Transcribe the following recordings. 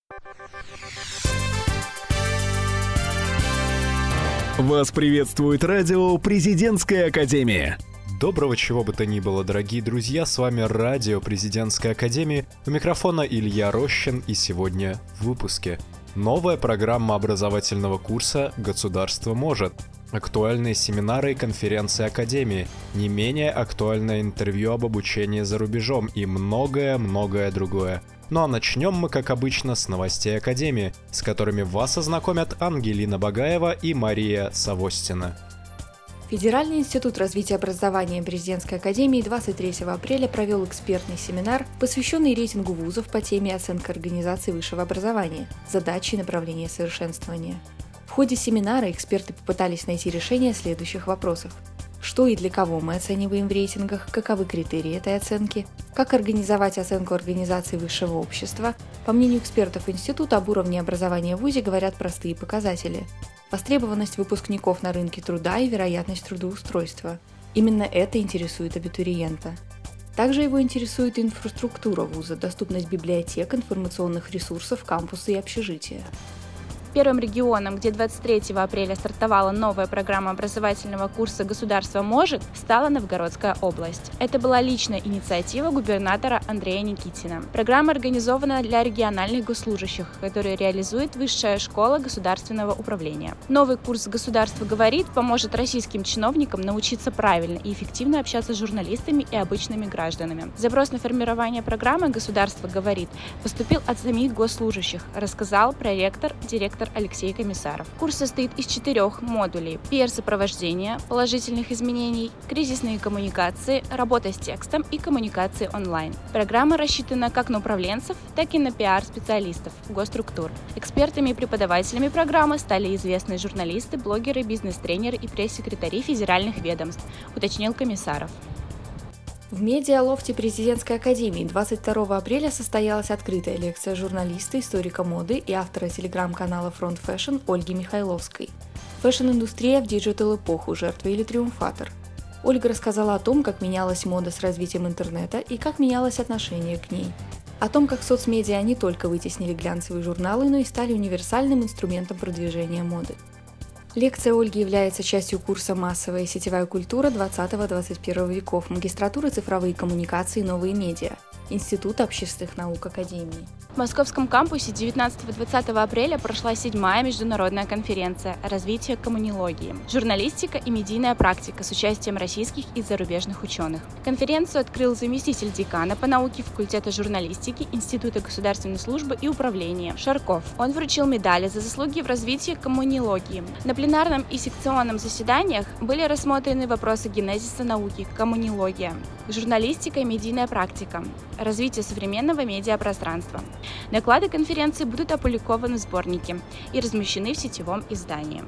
Вас приветствует радио «Президентская академия». Доброго чего бы то ни было, дорогие друзья, с вами радио «Президентская академия». У микрофона Илья Рощин, и сегодня в выпуске. Новая программа образовательного курса «Государство может». Актуальные семинары и конференции Академии, не менее актуальное интервью об обучении за рубежом и многое-многое другое. Ну а начнем мы, как обычно, с новостей Академии, с которыми вас ознакомят Ангелина Багаева и Мария Савостина. Федеральный институт развития образования Президентской академии 23 апреля провел экспертный семинар, посвященный рейтингу вузов по теме «Оценка организации высшего образования. Задачи и направления совершенствования». В ходе семинара эксперты попытались найти решение следующих вопросов. Что и для кого мы оцениваем в рейтингах, каковы критерии этой оценки, как организовать оценку организации высшего общества. По мнению экспертов института, об уровне образования в вузе говорят простые показатели. Востребованность выпускников на рынке труда и вероятность трудоустройства. Именно это интересует абитуриента. Также его интересует инфраструктура вуза, доступность библиотек, информационных ресурсов, кампуса и общежития. Первым регионом, где 23 апреля стартовала новая программа образовательного курса «Государство может», стала Новгородская область. Это была личная инициатива губернатора Андрея Никитина. Программа организована для региональных госслужащих, которые реализует Высшая школа государственного управления. Новый курс «Государство говорит» поможет российским чиновникам научиться правильно и эффективно общаться с журналистами и обычными гражданами. Запрос на формирование программы «Государство говорит» поступил от самих госслужащих, рассказал проректор, директор Алексей Комиссаров. Курс состоит из 4 модулей: PR-сопровождение, положительных изменений, кризисные коммуникации, работа с текстом и коммуникации онлайн. Программа рассчитана как на управленцев, так и на PR-специалистов госструктур. Экспертами и преподавателями программы стали известные журналисты, блогеры, бизнес-тренеры и пресс-секретари федеральных ведомств, уточнил Комиссаров. В медиалофте Президентской академии 22 апреля состоялась открытая лекция журналиста, историка моды и автора телеграм-канала Front Fashion Ольги Михайловской. Фэшн-индустрия в диджитал-эпоху: жертва или триумфатор. Ольга рассказала о том, как менялась мода с развитием интернета и как менялось отношение к ней. О том, как соцмедиа не только вытеснили глянцевые журналы, но и стали универсальным инструментом продвижения моды. Лекция Ольги является частью курса «Массовая и сетевая культура 20-21 веков. Магистратура цифровые коммуникации и новые медиа» Института общественных наук Академии. В московском кампусе 19-20 апреля прошла 7-я международная конференция «Развитие коммунилогии. Журналистика и медийная практика» с участием российских и зарубежных ученых. Конференцию открыл заместитель декана по науке факультета журналистики Института государственной службы и управления Шарков. Он вручил медали за заслуги в развитии коммунилогии. На пленарном и секционном заседаниях были рассмотрены вопросы генезиса науки, коммунилогия, журналистика и медийная практика, развитие современного медиапространства. Доклады конференции будут опубликованы в сборнике и размещены в сетевом издании.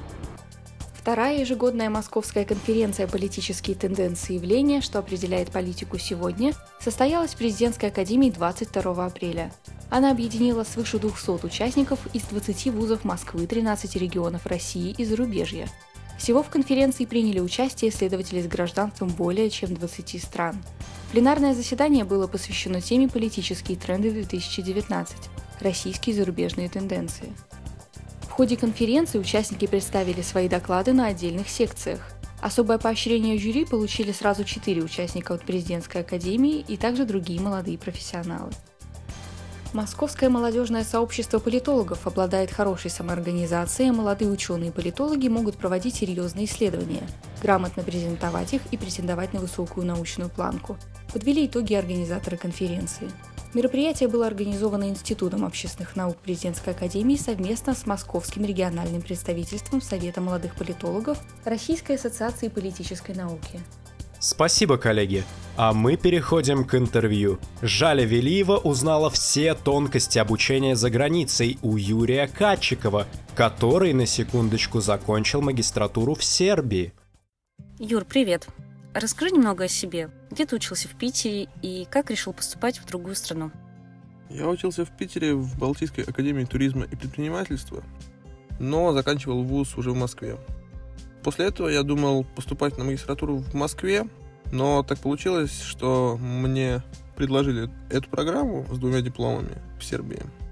Вторая ежегодная московская конференция «Политические тенденции и явления. Что определяет политику сегодня» состоялась в Президентской академии 22 апреля. Она объединила свыше 200 участников из 20 вузов Москвы, 13 регионов России и зарубежья. Всего в конференции приняли участие исследователи с гражданством более чем 20 стран. Пленарное заседание было посвящено теме «Политические тренды 2019. Российские и зарубежные тенденции». В ходе конференции участники представили свои доклады на отдельных секциях. Особое поощрение жюри получили сразу 4 участника от Президентской академии и также другие молодые профессионалы. Московское молодежное сообщество политологов обладает хорошей самоорганизацией, а молодые ученые-политологи могут проводить серьезные исследования, грамотно презентовать их и претендовать на высокую научную планку, подвели итоги организаторы конференции. Мероприятие было организовано Институтом общественных наук Президентской академии совместно с Московским региональным представительством Совета молодых политологов Российской ассоциации политической науки. Спасибо, коллеги. А мы переходим к интервью. Жаля Велиева узнала все тонкости обучения за границей у Юрия Катчикова, который, на секундочку, закончил магистратуру в Сербии. Юр, привет. Расскажи немного о себе. Где ты учился в Питере и как решил поступать в другую страну? Я учился в Питере в Балтийской академии туризма и предпринимательства, но заканчивал вуз уже в Москве. После этого я думал поступать на магистратуру в Москве, но так получилось, что мне предложили эту программу с 2 дипломами в Сербии.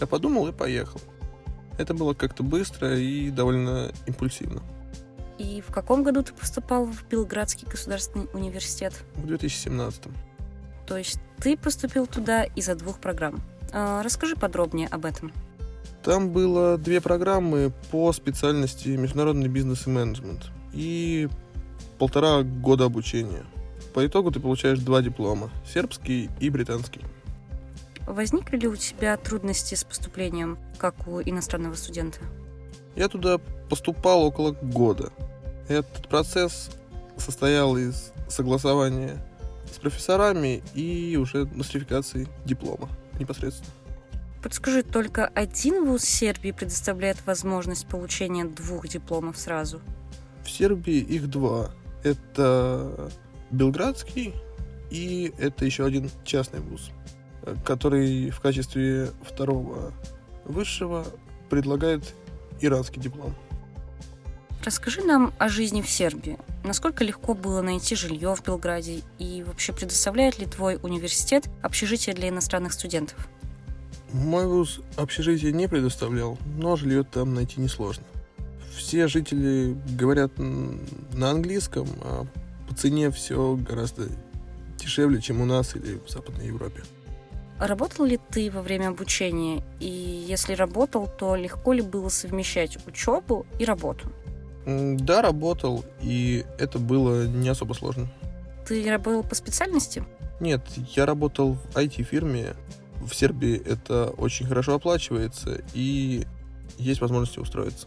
Я подумал и поехал. Это было как-то быстро и довольно импульсивно. И в каком году ты поступал в Белградский государственный университет? В 2017. То есть ты поступил туда из-за 2 программ. Расскажи подробнее об этом. Там было 2 программы по специальности международный бизнес и менеджмент. И 1,5 года обучения. По итогу ты получаешь 2 диплома. Сербский и британский. Возникли ли у тебя трудности с поступлением, как у иностранного студента? Я туда поступал около года. Этот процесс состоял из согласования с профессорами и уже нострификации диплома непосредственно. Подскажи, только один вуз Сербии предоставляет возможность получения 2 дипломов сразу? В Сербии их 2. Это Белградский и это еще один частный вуз, который в качестве 2-го высшего предлагает иранский диплом. Расскажи нам о жизни в Сербии. Насколько легко было найти жилье в Белграде? И вообще предоставляет ли твой университет общежитие для иностранных студентов? Мой вуз общежитие не предоставлял, но жилье там найти несложно. Все жители говорят на английском, а по цене все гораздо дешевле, чем у нас или в Западной Европе. Работал ли ты во время обучения? И если работал, то легко ли было совмещать учебу и работу? Да, работал, и это было не особо сложно. Ты работал по специальности? Нет, я работал в IT-фирме. В Сербии это очень хорошо оплачивается, и есть возможность устроиться.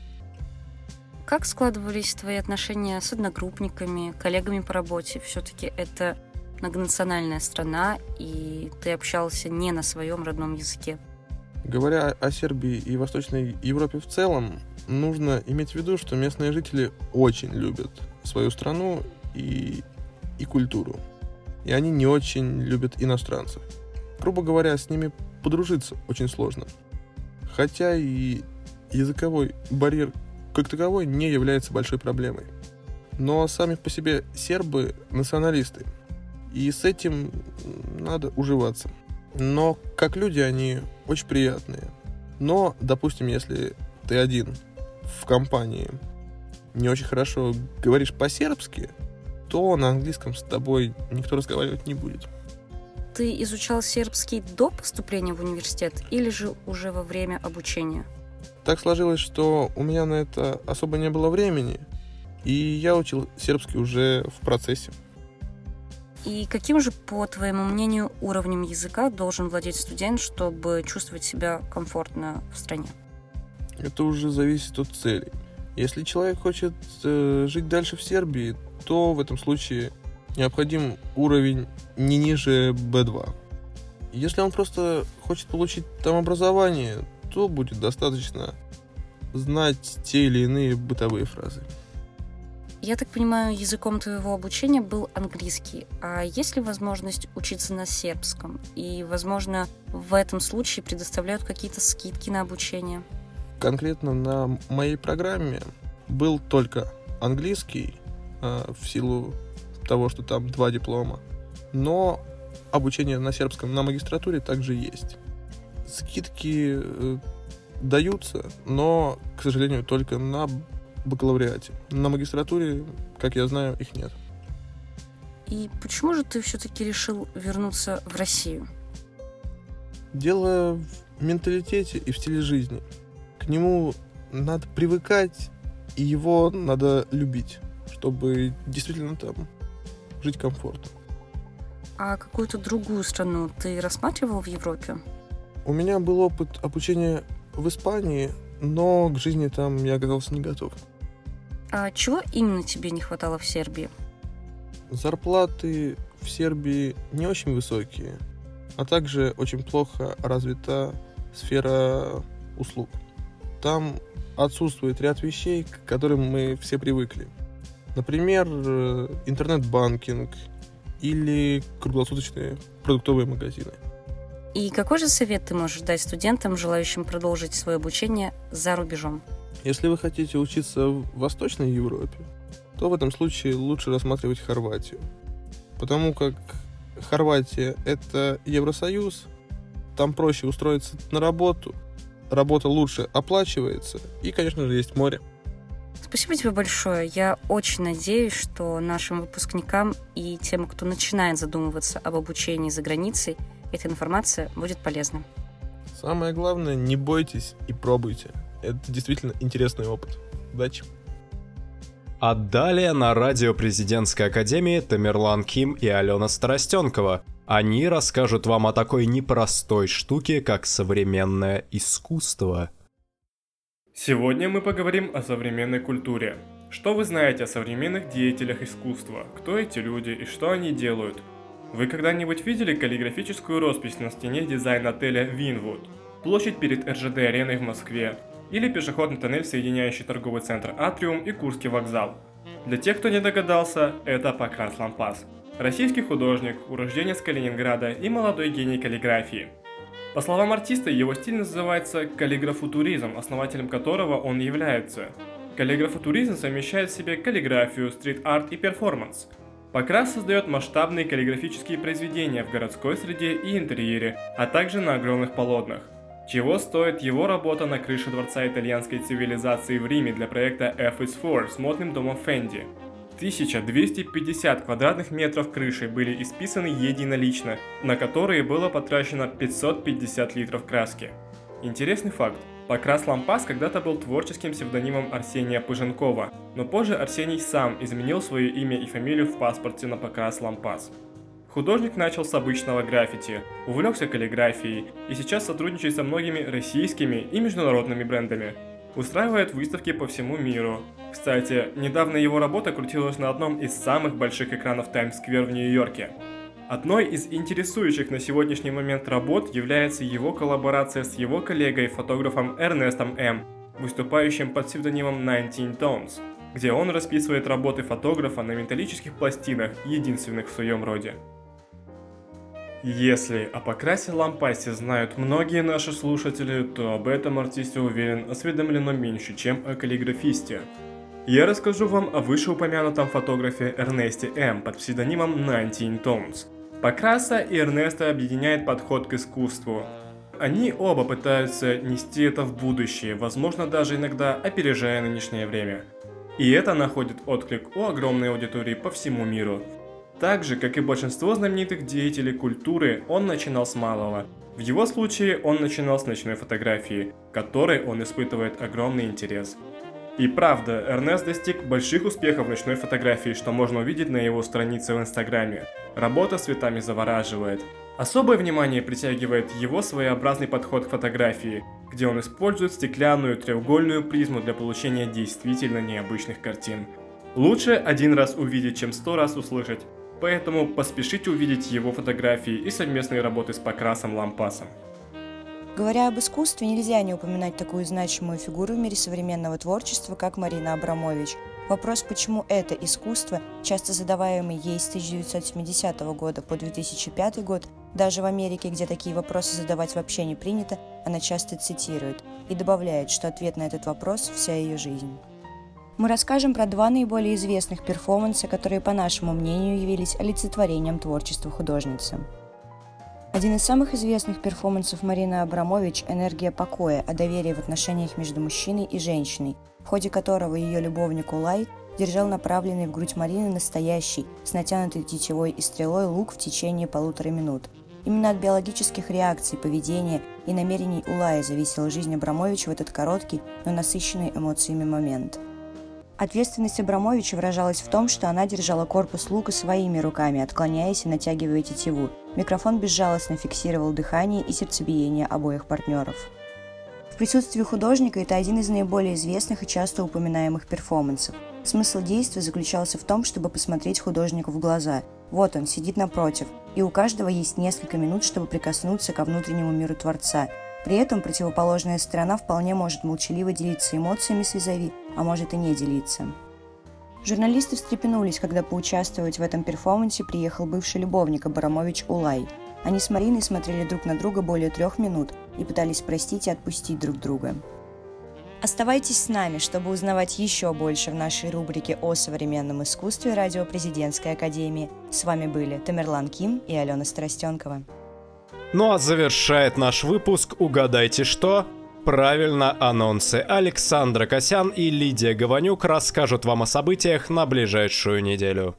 Как складывались твои отношения с одногруппниками, коллегами по работе? Все-таки это многонациональная страна, и ты общался не на своем родном языке. Говоря о Сербии и Восточной Европе в целом, нужно иметь в виду, что местные жители очень любят свою страну и культуру. И они не очень любят иностранцев. Грубо говоря, с ними подружиться очень сложно. Хотя и языковой барьер как таковой не является большой проблемой. Но сами по себе сербы националисты. И с этим надо уживаться. Но как люди они очень приятные. Но, допустим, если ты один в компании не очень хорошо говоришь по-сербски, то на английском с тобой никто разговаривать не будет. Ты изучал сербский до поступления в университет или же уже во время обучения? Так сложилось, что у меня на это особо не было времени, и я учил сербский уже в процессе. И каким же, по твоему мнению, уровнем языка должен владеть студент, чтобы чувствовать себя комфортно в стране? Это уже зависит от целей. Если человек хочет жить дальше в Сербии, то в этом случае необходим уровень не ниже B2. Если он просто хочет получить там образование, то будет достаточно знать те или иные бытовые фразы. Я так понимаю, языком твоего обучения был английский. А есть ли возможность учиться на сербском? И, возможно, в этом случае предоставляют какие-то скидки на обучение? Конкретно на моей программе был только английский, в силу того, что там 2 диплома. Но обучение на сербском на магистратуре также есть. Скидки даются, но, к сожалению, только на бакалавриате. На магистратуре, как я знаю, их нет. И почему же ты все-таки решил вернуться в Россию? Дело в менталитете и в стиле жизни. К нему надо привыкать, и его надо любить, чтобы действительно там жить комфортно. А какую-то другую страну ты рассматривал в Европе? У меня был опыт обучения в Испании, но к жизни там я оказался не готов. А чего именно тебе не хватало в Сербии? Зарплаты в Сербии не очень высокие, а также очень плохо развита сфера услуг. Там отсутствует ряд вещей, к которым мы все привыкли. Например, интернет-банкинг или круглосуточные продуктовые магазины. И какой же совет ты можешь дать студентам, желающим продолжить свое обучение за рубежом? Если вы хотите учиться в Восточной Европе, то в этом случае лучше рассматривать Хорватию. Потому как Хорватия – это Евросоюз, там проще устроиться на работу, работа лучше оплачивается, и, конечно же, есть море. Спасибо тебе большое. Я очень надеюсь, что нашим выпускникам и тем, кто начинает задумываться об обучении за границей, эта информация будет полезна. Самое главное, не бойтесь и пробуйте. Это действительно интересный опыт. Удачи! А далее на радио Президентской академии Тамерлан Ким и Алена Старостенкова. Они расскажут вам о такой непростой штуке, как современное искусство. Сегодня мы поговорим о современной культуре. Что вы знаете о современных деятелях искусства? Кто эти люди и что они делают? Вы когда-нибудь видели каллиграфическую роспись на стене дизайн-отеля Винвуд, площадь перед РЖД-ареной в Москве, или пешеходный тоннель, соединяющий торговый центр Атриум и Курский вокзал? Для тех, кто не догадался, это Покрас Лампас. Российский художник, урожденец Калининграда и молодой гений каллиграфии. По словам артиста, его стиль называется каллиграфутуризм, основателем которого он является. Каллиграфутуризм совмещает в себе каллиграфию, стрит-арт и перформанс. Покрас создает масштабные каллиграфические произведения в городской среде и интерьере, а также на огромных полотнах. Чего стоит его работа на крыше Дворца итальянской цивилизации в Риме для проекта F is 4 с модным домом Фенди. 1250 квадратных метров крыши были исписаны единолично, на которые было потрачено 550 литров краски. Интересный факт. Покрас Лампас когда-то был творческим псевдонимом Арсения Пыженкова, но позже Арсений сам изменил свое имя и фамилию в паспорте на Покрас Лампас. Художник начал с обычного граффити, увлекся каллиграфией и сейчас сотрудничает со многими российскими и международными брендами. Устраивает выставки по всему миру. Кстати, недавно его работа крутилась на одном из самых больших экранов Таймс-сквер в Нью-Йорке. Одной из интересующих на сегодняшний момент работ является его коллаборация с его коллегой-фотографом Эрнестом М., выступающим под псевдонимом 19 Tones, где он расписывает работы фотографа на металлических пластинах, единственных в своем роде. Если о Покрасе Лампасе знают многие наши слушатели, то об этом артисте, уверен, осведомлено меньше, чем о каллиграфисте. Я расскажу вам о вышеупомянутом фотографе Эрнесте М. под псевдонимом 19 Tones. Покраса и Эрнеста объединяет подход к искусству. Они оба пытаются нести это в будущее, возможно, даже иногда опережая нынешнее время. И это находит отклик у огромной аудитории по всему миру. Так же, как и большинство знаменитых деятелей культуры, он начинал с малого. В его случае он начинал с ночной фотографии, к которой он испытывает огромный интерес. И правда, Эрнест достиг больших успехов в ночной фотографии, что можно увидеть на его странице в Инстаграме. Работа с цветами завораживает. Особое внимание притягивает его своеобразный подход к фотографии, где он использует стеклянную треугольную призму для получения действительно необычных картин. Лучше один раз увидеть, чем 100 раз услышать. Поэтому поспешите увидеть его фотографии и совместные работы с Покрасом Лампасом. Говоря об искусстве, нельзя не упоминать такую значимую фигуру в мире современного творчества, как Марина Абрамович. Вопрос, почему это искусство, часто задаваемый ей с 1970 года по 2005 год, даже в Америке, где такие вопросы задавать вообще не принято, она часто цитирует и добавляет, что ответ на этот вопрос – вся ее жизнь. Мы расскажем про два наиболее известных перформанса, которые, по нашему мнению, явились олицетворением творчества художницы. Один из самых известных перформансов Марины Абрамович – «Энергия покоя» о доверии в отношениях между мужчиной и женщиной, в ходе которого ее любовник Улай держал направленный в грудь Марины настоящий, с натянутой тетивой и стрелой лук в течение 1,5 минут. Именно от биологических реакций, поведения и намерений Улая зависела жизнь Абрамович в этот короткий, но насыщенный эмоциями момент. Ответственность Абрамовича выражалась в том, что она держала корпус лука своими руками, отклоняясь и натягивая тетиву. Микрофон безжалостно фиксировал дыхание и сердцебиение обоих партнеров. В присутствии художника это один из наиболее известных и часто упоминаемых перформансов. Смысл действия заключался в том, чтобы посмотреть художнику в глаза. Вот он, сидит напротив, и у каждого есть несколько минут, чтобы прикоснуться ко внутреннему миру Творца. При этом противоположная сторона вполне может молчаливо делиться эмоциями с визави, а может и не делиться. Журналисты встрепенулись, когда поучаствовать в этом перформансе приехал бывший любовник Абрамович Улай. Они с Мариной смотрели друг на друга более 3 минут и пытались простить и отпустить друг друга. Оставайтесь с нами, чтобы узнавать еще больше в нашей рубрике о современном искусстве радио Президентской академии. С вами были Тамерлан Ким и Алена Старостенкова. Ну а завершает наш выпуск «Угадайте что?». Правильно, анонсы. Александра Косян и Лидия Гованюк расскажут вам о событиях на ближайшую неделю.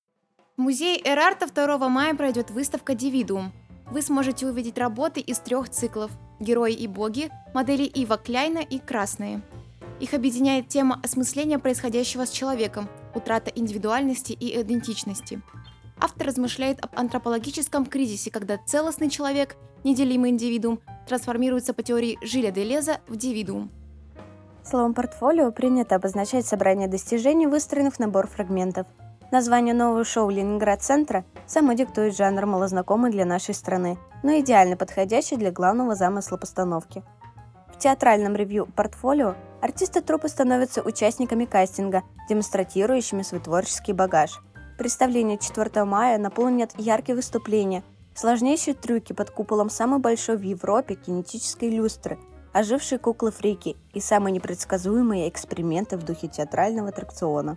В музее Эр-Арта 2 мая пройдет выставка «Дивидуум». Вы сможете увидеть работы из 3 циклов «Герои и боги», модели Ива Кляйна и «Красные». Их объединяет тема осмысления происходящего с человеком, утрата индивидуальности и идентичности. Автор размышляет об антропологическом кризисе, когда целостный человек, неделимый индивидуум, трансформируется по теории Жиля Делеза в дивидуум. Словом «портфолио» принято обозначать собрание достижений, выстроенных в набор фрагментов. Название нового шоу Ленинград-центра само диктует жанр, малознакомый для нашей страны, но идеально подходящий для главного замысла постановки. В театральном ревью «Портфолио» артисты труппы становятся участниками кастинга, демонстрирующими свой творческий багаж. Представление 4 мая наполнят яркие выступления, сложнейшие трюки под куполом самой большой в Европе кинетической люстры, ожившие куклы-фрики и самые непредсказуемые эксперименты в духе театрального аттракциона.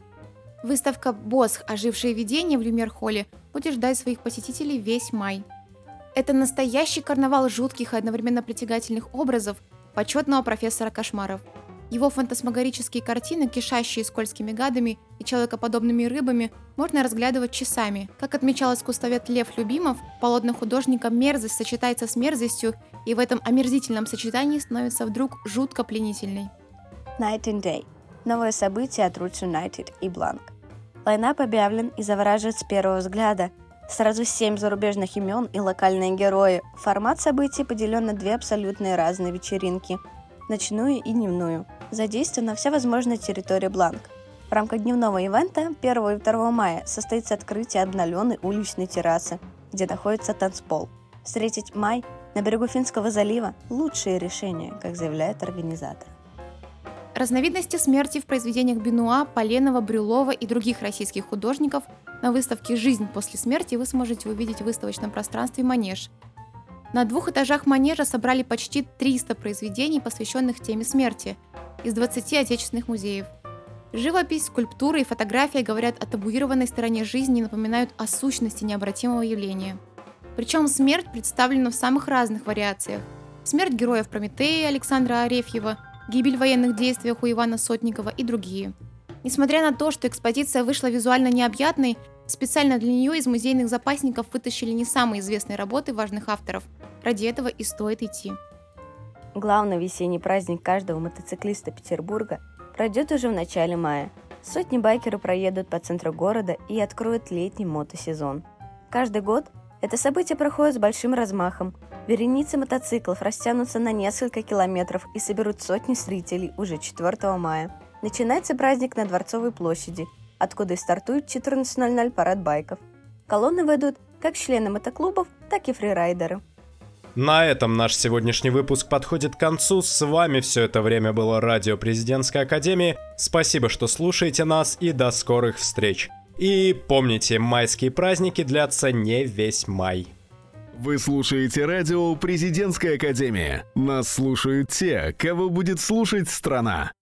Выставка «Босх. Ожившие видения» в Люмьер-холле будет ждать своих посетителей весь май. Это настоящий карнавал жутких и одновременно притягательных образов почетного профессора кошмаров. Его фантасмагорические картины, кишащие скользкими гадами и человекоподобными рыбами, можно разглядывать часами. Как отмечал искусствовед Лев Любимов, полотно художника мерзость сочетается с мерзостью, и в этом омерзительном сочетании становится вдруг жутко пленительной. Night and Day. Новое событие от Roots United и Blank. Лайнап объявлен и завораживает с первого взгляда. Сразу 7 зарубежных имен и локальные герои. Формат событий поделен на 2 абсолютно разные вечеринки – ночную и дневную. Задействована вся возможная территория Бланк. В рамках дневного ивента 1 и 2 мая состоится открытие обновленной уличной террасы, где находится танцпол. Встретить май на берегу Финского залива – лучшее решение, как заявляет организатор. Разновидности смерти в произведениях Бенуа, Поленова, Брюлова и других российских художников на выставке «Жизнь после смерти» вы сможете увидеть в выставочном пространстве «Манеж». На 2 этажах «Манежа» собрали почти 300 произведений, посвященных теме смерти, из 20 отечественных музеев. Живопись, скульптура и фотография говорят о табуированной стороне жизни и напоминают о сущности необратимого явления. Причем смерть представлена в самых разных вариациях. Смерть героев Прометея Александра Арефьева, гибель в военных действиях у Ивана Сотникова и другие. Несмотря на то, что экспозиция вышла визуально необъятной, специально для нее из музейных запасников вытащили не самые известные работы важных авторов. Ради этого и стоит идти. Главный весенний праздник каждого мотоциклиста Петербурга пройдет уже в начале мая. Сотни байкеров проедут по центру города и откроют летний мотосезон. Каждый год это событие проходит с большим размахом. Вереницы мотоциклов растянутся на несколько километров и соберут сотни зрителей уже 4 мая. Начинается праздник на Дворцовой площади, откуда и стартует в 14:00 парад байков. Колонны ведут как члены мотоклубов, так и фрирайдеры. На этом наш сегодняшний выпуск подходит к концу. С вами все это время было радио Президентской академии. Спасибо, что слушаете нас, и до скорых встреч. И помните, майские праздники длятся не весь май. Вы слушаете радио «Президентская академия». Нас слушают те, кого будет слушать страна.